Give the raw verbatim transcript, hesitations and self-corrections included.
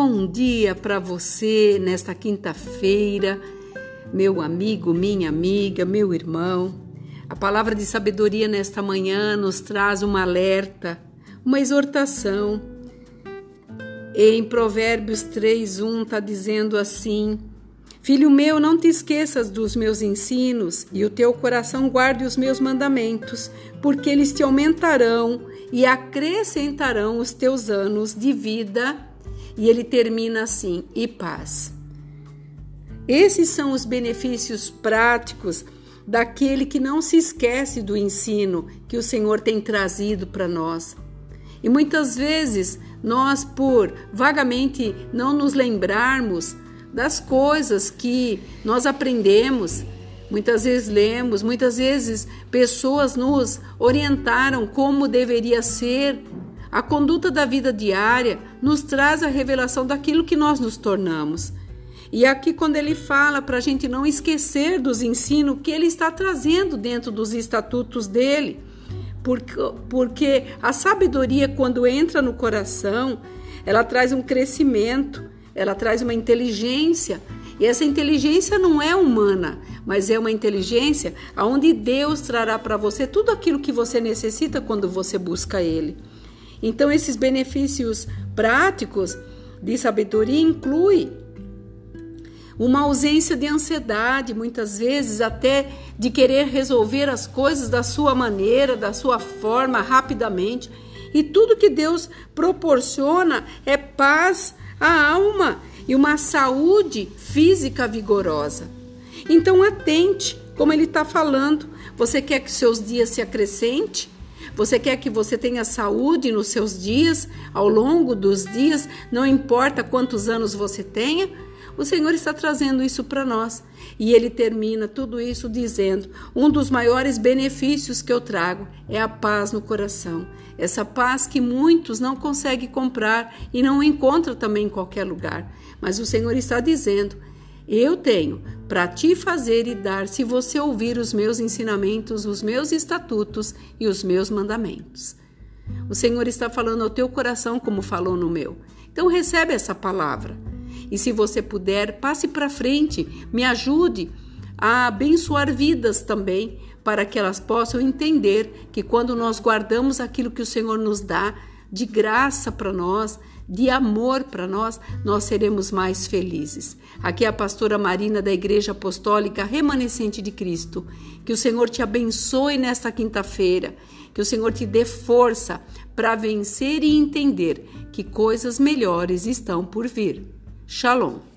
Bom dia para você nesta quinta-feira, meu amigo, minha amiga, meu irmão. A palavra de sabedoria nesta manhã nos traz um alerta, uma exortação. Em Provérbios três, um está dizendo assim: Filho meu, não te esqueças dos meus ensinos e o teu coração guarde os meus mandamentos, porque eles te aumentarão e acrescentarão os teus anos de vida. E ele termina assim: e paz. Esses são os benefícios práticos daquele que não se esquece do ensino que o Senhor tem trazido para nós. E muitas vezes nós, por vagamente não nos lembrarmos das coisas que nós aprendemos, muitas vezes lemos, muitas vezes pessoas nos orientaram como deveria ser. A conduta da vida diária nos traz a revelação daquilo que nós nos tornamos. E aqui quando ele fala para a gente não esquecer dos ensinos que ele está trazendo dentro dos estatutos dele, porque, porque a sabedoria, quando entra no coração, ela traz um crescimento, ela traz uma inteligência. E essa inteligência não é humana, mas é uma inteligência onde Deus trará para você tudo aquilo que você necessita quando você busca Ele. Então, esses benefícios práticos de sabedoria incluem uma ausência de ansiedade, muitas vezes até de querer resolver as coisas da sua maneira, da sua forma, rapidamente. E tudo que Deus proporciona é paz à alma e uma saúde física vigorosa. Então, atente, como ele está falando. Você quer que seus dias se acrescentem? Você quer que você tenha saúde nos seus dias, ao longo dos dias, não importa quantos anos você tenha? O Senhor está trazendo isso para nós. E Ele termina tudo isso dizendo: um dos maiores benefícios que eu trago é a paz no coração. Essa paz que muitos não conseguem comprar e não encontram também em qualquer lugar. Mas o Senhor está dizendo: eu tenho para te fazer e dar se você ouvir os meus ensinamentos, os meus estatutos e os meus mandamentos. O Senhor está falando ao teu coração como falou no meu. Então recebe essa palavra. E se você puder, passe para frente, me ajude a abençoar vidas também, para que elas possam entender que quando nós guardamos aquilo que o Senhor nos dá, de graça para nós, de amor para nós, nós seremos mais felizes. Aqui é a pastora Marina da Igreja Apostólica Remanescente de Cristo. Que o Senhor te abençoe nesta quinta-feira, que o Senhor te dê força para vencer e entender que coisas melhores estão por vir. Shalom.